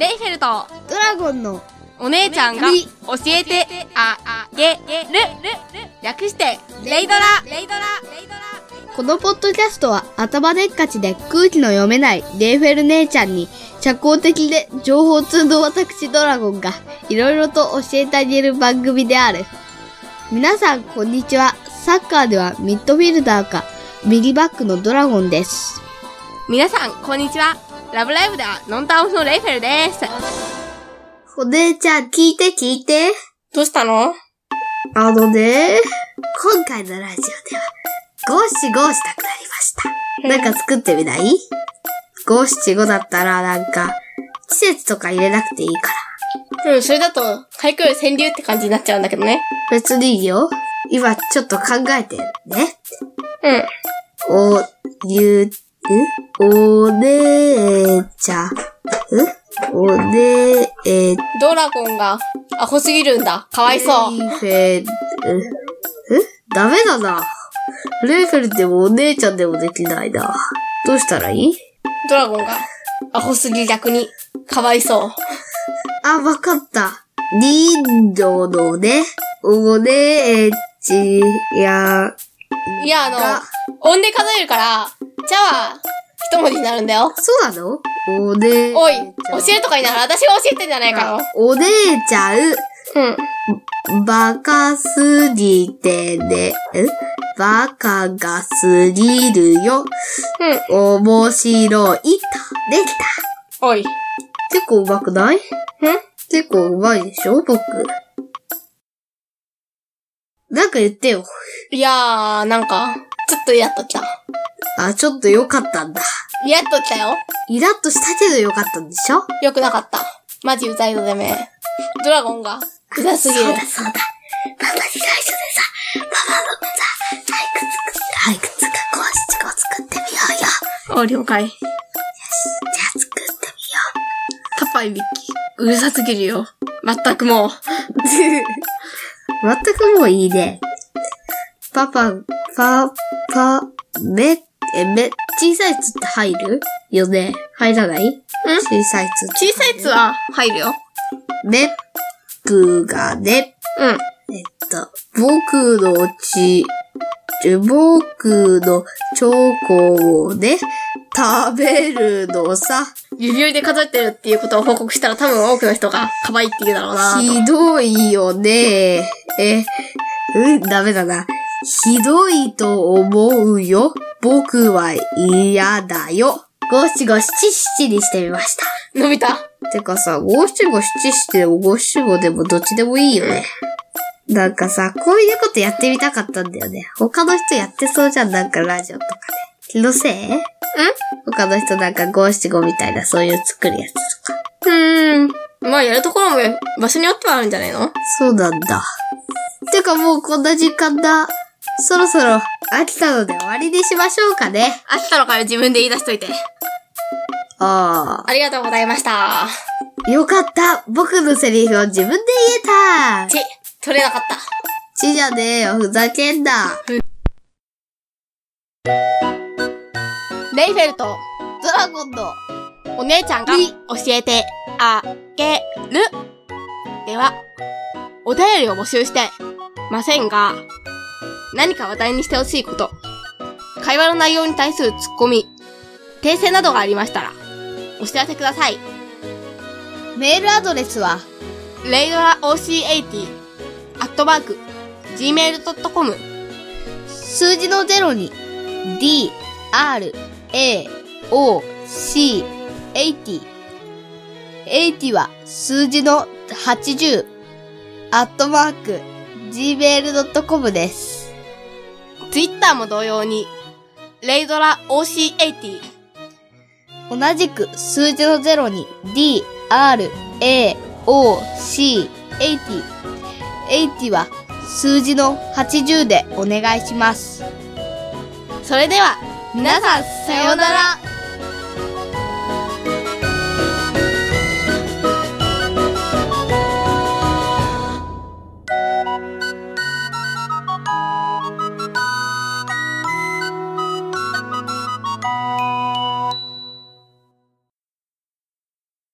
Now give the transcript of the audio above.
レイフェルトドラゴンのお姉ちゃんが教えてあげる略してレイドラ。 このポッドキャストは頭でっかちで空気の読めないレイフェル姉ちゃんに社交的で情報通の私ドラゴンがいろいろと教えてあげる番組である。皆さんこんにちは。サッカーではミッドフィルダーか右バックのドラゴンです。 皆さんこんにちは。ラブライブではノンタオフのレイフェルです。 お姉ちゃん聞いて。 どうしたの？ 今回のラジオでは五七五したくなりました。なんか作ってみない？五七五だったらなんか季節とか入れなくていいから。 それだと俳句より川柳って感じになっちゃうんだけどね。 別にいいよ。今ちょっと考えてね。お姉ちゃん。 ドラゴンがアホすぎるんだ。かわいそう。 ダメだな。レイフェルでもお姉ちゃんでもできないな。どうしたらいい？ ドラゴンがアホすぎ逆にかわいそう。 あ、わかった。人情のね、お姉ちゃん。 いや、音で数えるから、じゃあ、一文字になるんだよ。 そうなの？お姉ちゃん。 おい、教えるとか言いながら私が教えてんじゃないかよ。 お姉ちゃん。バカすぎてね。バカがすぎるよ。面白いと。できた。 おい。 結構上手くない？結構上手いでしょ僕。なんか言ってよ。 いやー、なんか、ちょっとイラっときた。 あ、ちょっと良かったんだ。 イラっときたよ。 イラッとしたけど良かったんでしょ？ よくなかった。マジうざいのでめ。ドラゴンが、うざすぎる。 そうだ。パパに内緒でさ、パパのさ、俳句つか五七五作ってみようよ。 お、了解。 よし、じゃあ作ってみよパパいびき、うるさすぎるよ。まったくもう。 全くもういいね。小さいつって入るよね。入らない？小さいつ。 小さいつは入るよ。 僕がね。僕のチョコをね、食べるのさ。 指折りで数えてるっていうことを報告したら多分多くの人が可愛いって言うだろうなと。 ひどいよね。ダメだな。ひどいと思うよ。僕は嫌だよ。五七五七七にしてみました。 伸びた。 てかさ、五七五七七でも五七五でもどっちでもいいよね。なんかさ、こういうことやってみたかったんだよね。他の人やってそうじゃん、なんかラジオとかで。気のせい？他の人なんか五七五みたいなそういう作るやつとか。 まあやるところも場所によってはあるんじゃないの？ そうなんだ。てかもうこんな時間だ。そろそろ飽きたので終わりにしましょうかね。 飽きたのかよ、自分で言い出しといて。ありがとうございました。 よかった。僕のセリフを自分で言えた。 取れなかった。 じゃねえよ、ふざけんな。 レイフェルト、 ドラゴンのお姉ちゃんが教えてあげる。では、お便りを募集してませんが、何か話題にしてほしいこと、会話の内容に対するツッコミ、訂正などがありましたら、お知らせください。 メールアドレスは、 reidoraoc80@gmail.com 数字の0に、DRAOC80 80は数字の80@gmail.com です。 ツイッターも同様に、レイドラ OC80。 同じく数字の0に DRAOC80。80は数字の80でお願いします。 それでは、皆さんさようなら。